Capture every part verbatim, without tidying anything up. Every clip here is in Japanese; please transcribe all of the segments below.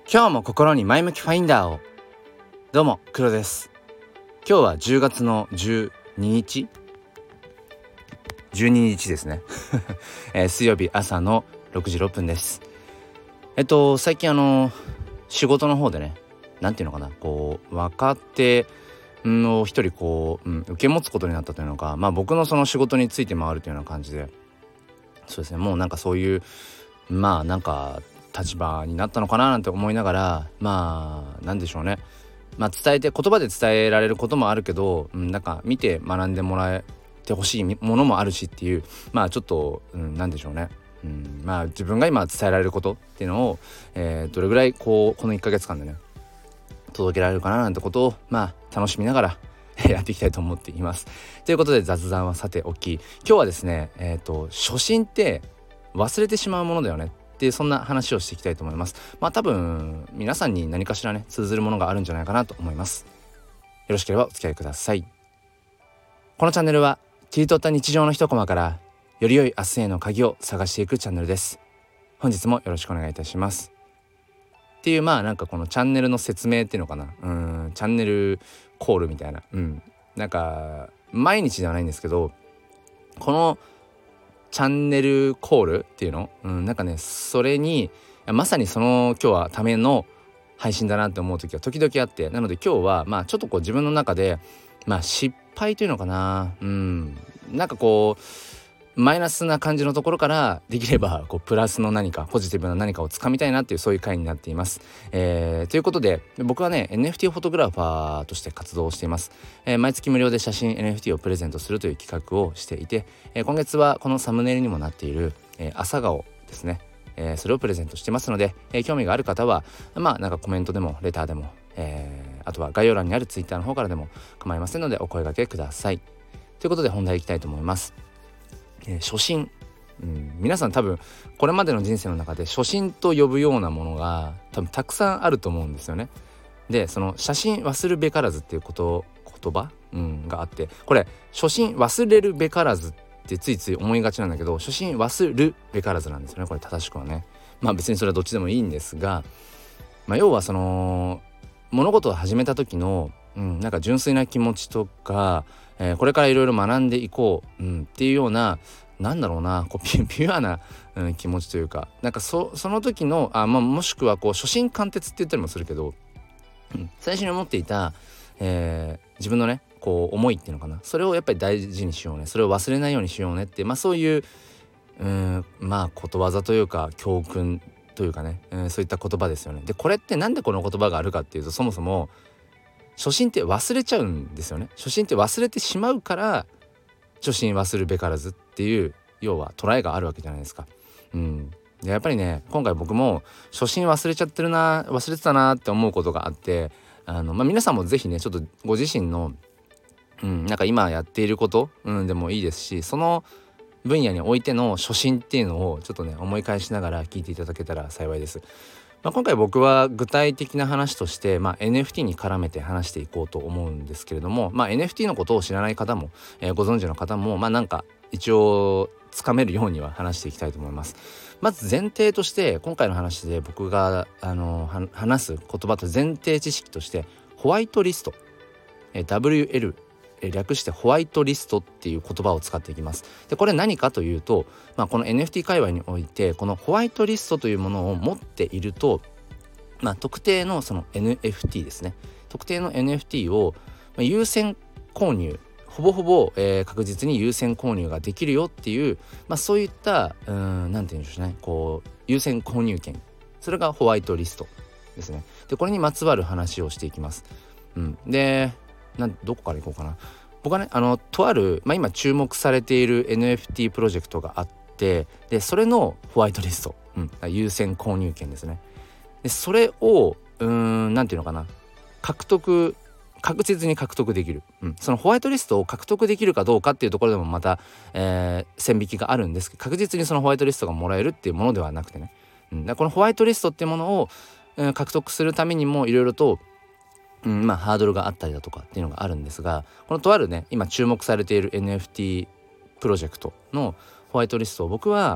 今日も心に前向きファインダーを。どうも黒です。今日はじゅうがつのじゅうににちじゅうににちですね、えー、水曜日朝のろくじろっぷんです。えっと最近あの仕事の方でね、なんていうのかな、こう若手の一人こう、うん、受け持つことになったというのか、まあ僕のその仕事について回るというような感じで、そうですね、もうなんかそういうまあなんか立場になったのかななんて思いながら、まあなんでしょうね、まあ伝えて言葉で伝えられることもあるけど、うん、なんか見て学んでもらえてほしいものもあるしっていう、まあちょっと、うん、なんでしょうね、うん、まあ自分が今伝えられることっていうのを、えー、どれぐらいこうこのいっかげつかんでね届けられるかななんてことをまあ楽しみながらやっていきたいと思っています。ということで雑談はさておき、今日はですね、えっと初心って忘れてしまうものだよねっていう、そんな話をしていきたいと思います。まあ多分皆さんに何かしらね通ずるものがあるんじゃないかなと思います。よろしければお付き合いください。このチャンネルは切り取った日常の一コマからより良い明日への鍵を探していくチャンネルです。本日もよろしくお願いいたしますっていう、まあなんかこのチャンネルの説明っていうのかな、うーんチャンネルコールみたいな、うんなんか毎日ではないんですけど、このチャンネルコールっていうの、うん、なんかねそれにまさにその今日はための配信だなって思う時は時々あって、なので今日はまあちょっとこう自分の中でまあ失敗というのかな、うんなんかこうマイナスな感じのところからできればこうプラスの何かポジティブな何かをつかみたいなっていう、そういう回になっています。えー、ということで僕はね エヌエフティー フォトグラファーとして活動をしています。えー、毎月無料で写真 エヌエフティー をプレゼントするという企画をしていて、えー、今月はこのサムネイルにもなっている、えー、朝顔ですね、えー、それをプレゼントしてますので、えー、興味がある方はまあなんかコメントでもレターでも、えー、あとは概要欄にあるツイッターの方からでも構いませんのでお声掛けください。ということで本題いきたいと思います。えー、初心、うん、皆さん多分これまでの人生の中で初心と呼ぶようなものが多分たくさんあると思うんですよね。でその写真忘るべからずっていうこと言葉、うん、があって、これ初心忘れるべからずってついつい思いがちなんだけど、初心忘るべからずなんですよね、これ正しくはね。まあ別にそれはどっちでもいいんですが、まあ、要はその物事を始めた時の、うん、なんか純粋な気持ちとか、えー、これからいろいろ学んでいこう、うん、っていうような、なんだろうな、こうピュ、ピュアな、うん、気持ちというか、なんか そ, その時のあ、まあ、もしくはこう初心貫徹って言ったりもするけど、うん、最初に思っていた、えー、自分のねこう思いっていうのかな、それをやっぱり大事にしようね、それを忘れないようにしようねって、まあそういう、うん、まあことわざというか教訓というかね、うん、そういった言葉ですよね。でこれってなんでこの言葉があるかっていうと、そもそも初心って忘れちゃうんですよね。初心って忘れてしまうから初心忘るべからずっていう要は捉えがあるわけじゃないですか。うん、でやっぱりね今回僕も初心忘れちゃってるな、忘れてたなって思うことがあって、あの、まあ、皆さんもぜひねちょっとご自身の、うん、なんか今やっていること、うん、でもいいですし、その分野においての初心っていうのをちょっとね思い返しながら聞いていただけたら幸いです。まあ、今回僕は具体的な話として、まあ、エヌエフティー に絡めて話していこうと思うんですけれども、まあ、エヌエフティー のことを知らない方も、えー、ご存知の方もまあなんか一応つかめるようには話していきたいと思います。まず前提として今回の話で僕があの話す言葉と前提知識としてホワイトリスト、えー、ダブリューエル略してホワイトリストっていう言葉を使っていきます。でこれ何かというと、まあ、この エヌエフティー 界隈においてこのホワイトリストというものを持っていると、まあ、特定のその エヌエフティー ですね、特定の エヌエフティー を優先購入、ほぼほぼ、えー、確実に優先購入ができるよっていう、まあ、そういったうーんなんて言うんでしょうね、こう優先購入権、それがホワイトリストですね。でこれにまつわる話をしていきます。うん、でなどこからいこうかな。僕はねあのとある、まあ、今注目されている エヌエフティー プロジェクトがあって、でそれのホワイトリスト、うん、優先購入権ですね。でそれをうーんなんていうのかな、獲得確実に獲得できる、うん、そのホワイトリストを獲得できるかどうかっていうところでもまた、えー、線引きがあるんですけど、確実にそのホワイトリストがもらえるっていうものではなくてね、うん、だからこのホワイトリストっていうものを、うん、獲得するためにもいろいろとうん、まあハードルがあったりだとかっていうのがあるんですが、このとあるね今注目されている エヌエフティー プロジェクトのホワイトリストを僕は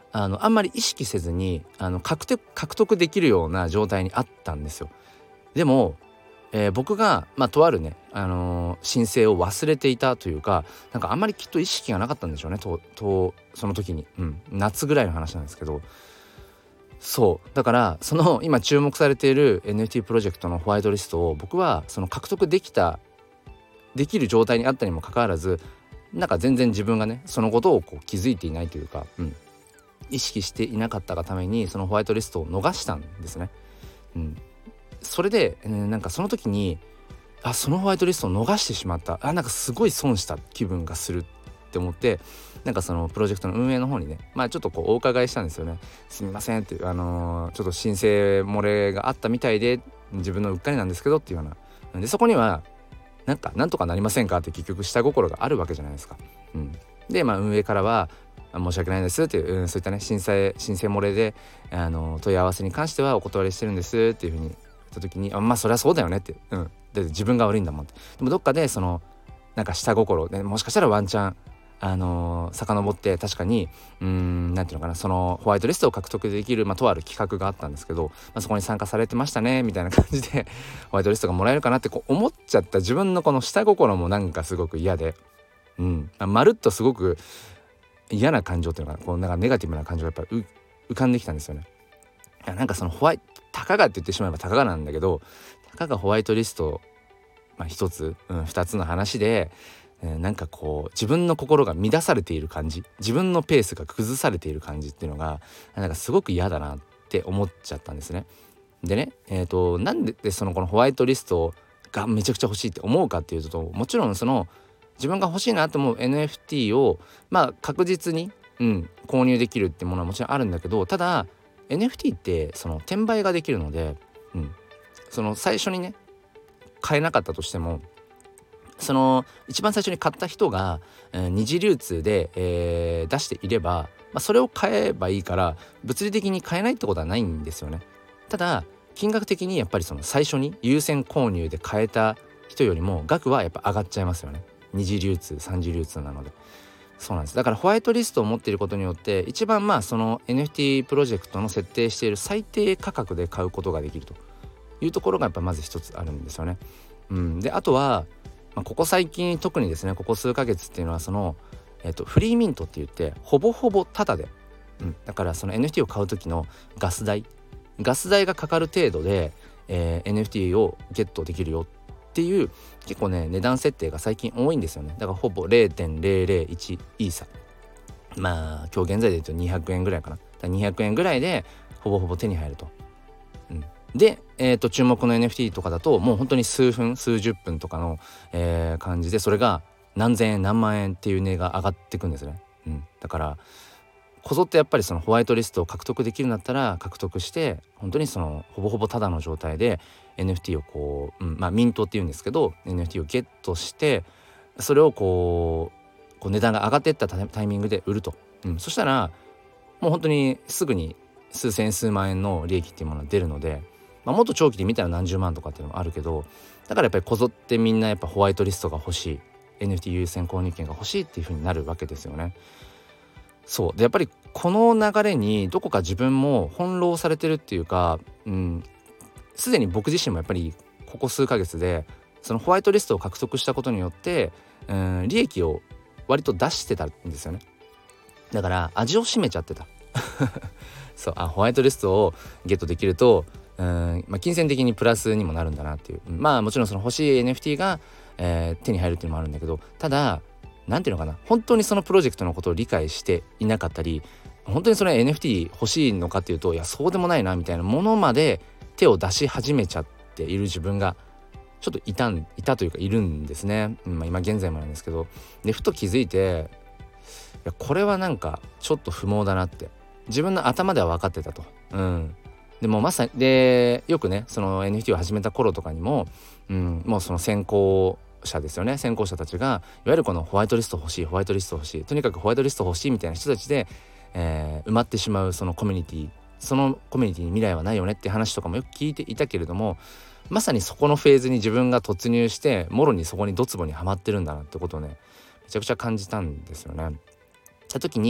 あのあんまり意識せずにあの獲得獲得できるような状態にあったんですよ。でも、えー、僕が、まあ、とあるね、あのー、申請を忘れていたというか、なんかあんまりきっと意識がなかったんでしょうね、ととその時に、うん、夏ぐらいの話なんですけど、そうだからその今注目されている エヌエフティー プロジェクトのホワイトリストを僕はその獲得できたできる状態にあったにもかかわらず、なんか全然自分がねそのことをこう気づいていないというか、うん、意識していなかったがためにそのホワイトリストを逃したんですね。うん、それで、えー、なんかその時にあそのホワイトリストを逃してしまった、あなんかすごい損した気分がするって思って、なんかそのプロジェクトの運営の方にね、まあちょっとこうお伺いしたんですよね。すみませんって、あのー、ちょっと申請漏れがあったみたいで自分のうっかりなんですけどっていうようなで、そこにはなんかなんとかなりませんかって結局下心があるわけじゃないですか。うん、でまあ運営からは申し訳ないですっていう、うん、そういったね申請申請漏れであの問い合わせに関してはお断りしてるんですっていうふうに言った時に、あまあそりゃそうだよねって、うん、で自分が悪いんだもんって。でもどっかでそのなんか下心で、もしかしたらワンチャンあのー、遡って確かにうーんなんていうのかな、そのホワイトリストを獲得できる、まあ、とある企画があったんですけど、まあ、そこに参加されてましたねみたいな感じでホワイトリストがもらえるかなってこう思っちゃった自分のこの下心もなんかすごく嫌で、うん、まるっとすごく嫌な感情っていうのがこうなんかネガティブな感情がやっぱり浮かんできたんですよね。いやなんかそのホワイトたかがって言ってしまえばたかがなんだけど、たかがホワイトリスト、まあ、一つ、うん、二つの話で、えー、なんかこう自分の心が乱されている感じ、自分のペースが崩されている感じっていうのがなんかすごく嫌だなって思っちゃったんですね。でね、えーと、なんでそのこのホワイトリストがめちゃくちゃ欲しいって思うかっていうと、もちろんその自分が欲しいなと思う エヌエフティー をまあ確実に、うん、購入できるってものはもちろんあるんだけど、ただ エヌエフティー ってその転売ができるので、うん、その最初にね買えなかったとしても、その一番最初に買った人が、えー、二次流通で、えー、出していれば、まあ、それを買えばいいから物理的に買えないってことはないんですよね。ただ金額的にやっぱりその最初に優先購入で買えた人よりも額はやっぱ上がっちゃいますよね。二次流通三次流通なので。そうなんです。だからホワイトリストを持っていることによって一番まあその エヌエフティー プロジェクトの設定している最低価格で買うことができるというところがやっぱまず一つあるんですよね。うん、であとは、まあ、ここ最近特にですねここ数ヶ月っていうのはその、えっと、フリーミントって言ってほぼほぼタダで、うん、だからその エヌエフティー を買う時のガス代ガス代がかかる程度で、えー、エヌエフティー をゲットできるよっていう結構ね値段設定が最近多いんですよね。だからほぼ ゼロてんゼロゼロいち イーサ、まあ今日現在で言うとにひゃくえんぐらいかな。だからにひゃくえんぐらいでほぼほぼ手に入ると、うん、で、えー、と注目の エヌエフティー とかだともう本当に数分数十分とかの、えー、感じでそれが何千円何万円っていう値が上がっていくんですね、うん、だからこぞってやっぱりそのホワイトリストを獲得できるんだったら獲得して本当にそのほぼほぼタダの状態で エヌエフティー をこう、うん、まあミントっていうんですけど エヌエフティー をゲットしてそれをこう、こう値段が上がっていったタイミングで売ると、うん、そしたらもう本当にすぐに数千数万円の利益っていうものが出るので、まあ、もっと長期で見たら何十万とかっていうのもあるけど、だからやっぱりこぞってみんなやっぱホワイトリストが欲しい エヌエフティー 優先購入権が欲しいっていう風になるわけですよね。そうでやっぱりこの流れにどこか自分も翻弄されてるっていうか、うん、すでに僕自身もやっぱりここ数ヶ月でそのホワイトリストを獲得したことによって、うん、利益を割と出してたんですよね。だから味を占めちゃってたそうあホワイトリストをゲットできると、うんまあ、金銭的にプラスにもなるんだなっていう、まあもちろんその欲しい エヌエフティー が、えー、手に入るっていうのもあるんだけど、ただなんていうのかな、本当にそのプロジェクトのことを理解していなかったり、本当にそれ エヌエフティー 欲しいのかっていうといやそうでもないなみたいなものまで手を出し始めちゃっている自分がちょっといたんいたというかいるんですね、うんまあ、今現在もなんですけど、でふと気づいていやこれはなんかちょっと不毛だなって自分の頭では分かってたと、うん、でもまさにでよくねその エヌエフティー を始めた頃とかにも、うん、もうその先行者ですよね先行者たちがいわゆるこのホワイトリスト欲しいホワイトリスト欲しいとにかくホワイトリスト欲しいみたいな人たちで、えー、埋まってしまうそのコミュニティそのコミュニティに未来はないよねって話とかもよく聞いていたけれども、まさにそこのフェーズに自分が突入してもろにそこにドツボにはまってるんだなってことをねめちゃくちゃ感じたんですよね。た時に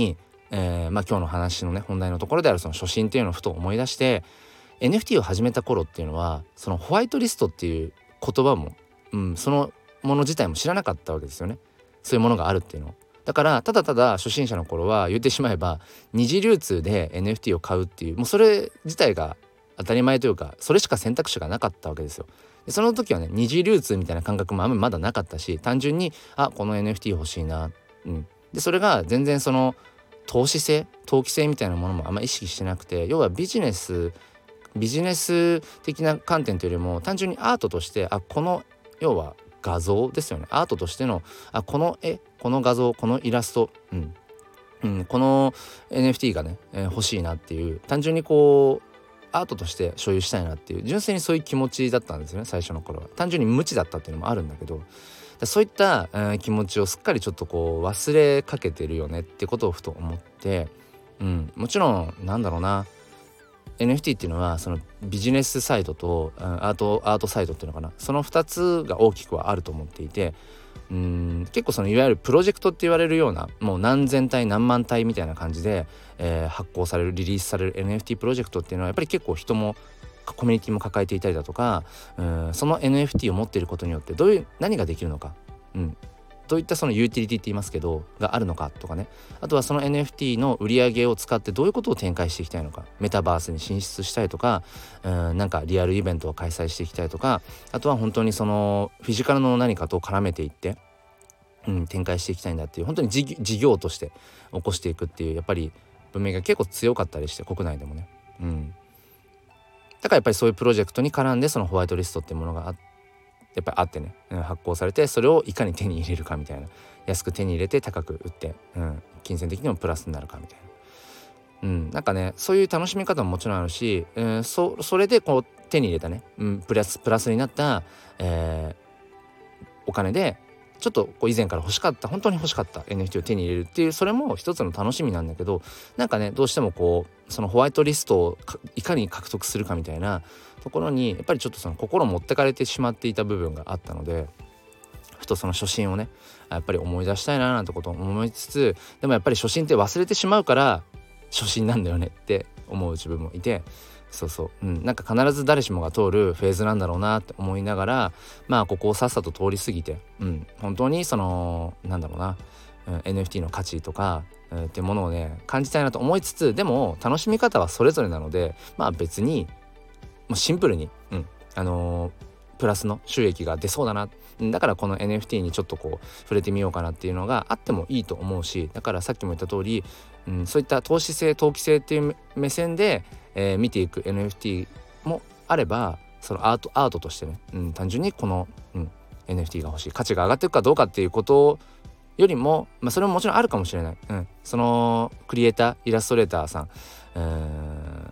えー、まあ今日の話のね本題のところであるその初心っていうのをふと思い出して、 エヌエフティー を始めた頃っていうのはそのホワイトリストっていう言葉も、うん、そのもの自体も知らなかったわけですよね。そういうものがあるっていうのを。だからただただ初心者の頃は言ってしまえば二次流通で エヌエフティー を買うっていう、もうそれ自体が当たり前というか、それしか選択肢がなかったわけですよ。でその時はね二次流通みたいな感覚もあんまりまだなかったし、単純にあこの エヌエフティー 欲しいな、うん、でそれが全然その投資性投機性みたいなものもあんまり意識してなくて、要はビジネスビジネス的な観点というよりも単純にアートとして、あこの要は画像ですよね、アートとしてのあこの絵この画像このイラスト、うんうん、この エヌエフティー がね、えー、欲しいなっていう、単純にこうアートとして所有したいなっていう純粋にそういう気持ちだったんですよね。最初の頃は単純に無知だったっていうのもあるんだけど、そういった、えー、気持ちをすっかりちょっとこう忘れかけてるよねってことをふと思って、うん、もちろんなんだろうな エヌエフティー っていうのはそのビジネスサイドとアートアートサイドっていうのかな、そのふたつが大きくはあると思っていて、うーん結構そのいわゆるプロジェクトって言われるようなもう何千体何万体みたいな感じで、えー、発行されるリリースされる エヌエフティー プロジェクトっていうのはやっぱり結構人もコミュニティも抱えていたりだとか、うんその エヌエフティー を持っていることによってどういう何ができるのか、うんどういったそのユーティリティって言いますけどがあるのかとかね、あとはその エヌエフティー の売り上げを使ってどういうことを展開していきたいのか、メタバースに進出したいとか、うんなんかリアルイベントを開催していきたいとか、あとは本当にそのフィジカルの何かと絡めていって、うん、展開していきたいんだっていう本当に事業として起こしていくっていうやっぱり文明が結構強かったりして国内でもね、うん、だからやっぱりそういうプロジェクトに絡んでそのホワイトリストっていうものがあってやっぱりあってね、うん、発行されてそれをいかに手に入れるかみたいな、安く手に入れて高く売って、うん、金銭的にもプラスになるかみたいな、うん、なんかねそういう楽しみ方ももちろんあるし、うん、そ, それでこう手に入れたね、うん、プラスプラスになった、えー、お金でちょっとこう以前から欲しかった本当に欲しかった エヌエフティー を手に入れるっていうそれも一つの楽しみなんだけど、なんかねどうしてもこうそのホワイトリストをいかに獲得するかみたいなところにやっぱりちょっとその心持ってかれてしまっていた部分があったので、ふとその初心をねやっぱり思い出したいななんてことを思いつつ、でもやっぱり初心って忘れてしまうから初心なんだよねって思う自分もいて、そうそう、うん、なんか必ず誰しもが通るフェーズなんだろうなって思いながら、まあここをさっさと通り過ぎて、うん、本当にそのなんだろうな、うん、エヌエフティー の価値とか、うん、っていうものをね感じたいなと思いつつ、でも楽しみ方はそれぞれなので、まあ別にもうシンプルに、うんあのー、プラスの収益が出そうだな、だからこの エヌエフティー にちょっとこう触れてみようかなっていうのがあってもいいと思うし、だからさっきも言った通り、うん、そういった投資性投機性っていう目線で、えー、見ていく エヌエフティー もあれば、そのアートアートとしてね、うん、単純にこの、うん、エヌエフティー が欲しい価値が上がっていくかどうかっていうことよりも、まあ、それももちろんあるかもしれない、うん、そのクリエイターイラストレーターさん、うん、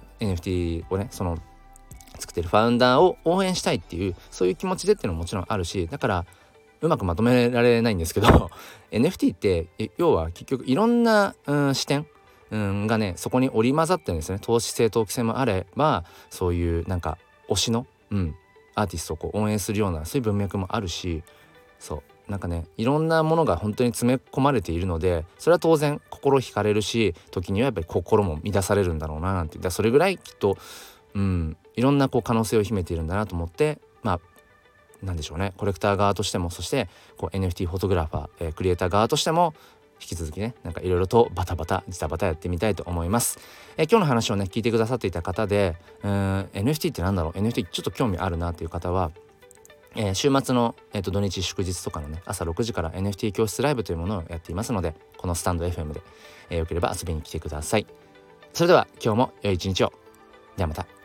エヌエフティー をねその作ってるファウンダーを応援したいっていうそういう気持ちでっていうのももちろんあるし、だからうまくまとめられないんですけどエヌエフティー って要は結局いろんな、うん、視点、うん、がねそこに織り交ざってるんですね。投資性投機性もあれば、そういうなんか推しの、うん、アーティストをこう応援するようなそういう文脈もあるし、そうなんかねいろんなものが本当に詰め込まれているので、それは当然心惹かれるし、時にはやっぱり心も乱されるんだろうななんて、だそれぐらいきっと、うん、いろんなこう可能性を秘めているんだなと思って、まあなんでしょうね、コレクター側としても、そしてこう エヌエフティー フォトグラファー、えー、クリエイター側としても引き続きねなんかいろいろとバタバタジタバタやってみたいと思います。えー、今日の話をね聞いてくださっていた方で、うーん エヌエフティー ってなんだろう エヌエフティー ちょっと興味あるなっていう方は、えー、週末の、えー、と土日祝日とかのね朝ろくじから エヌエフティー 教室ライブというものをやっていますので、このスタンド エフエム で、えー、よければ遊びに来てください。それでは今日も良い一日を。ではまた。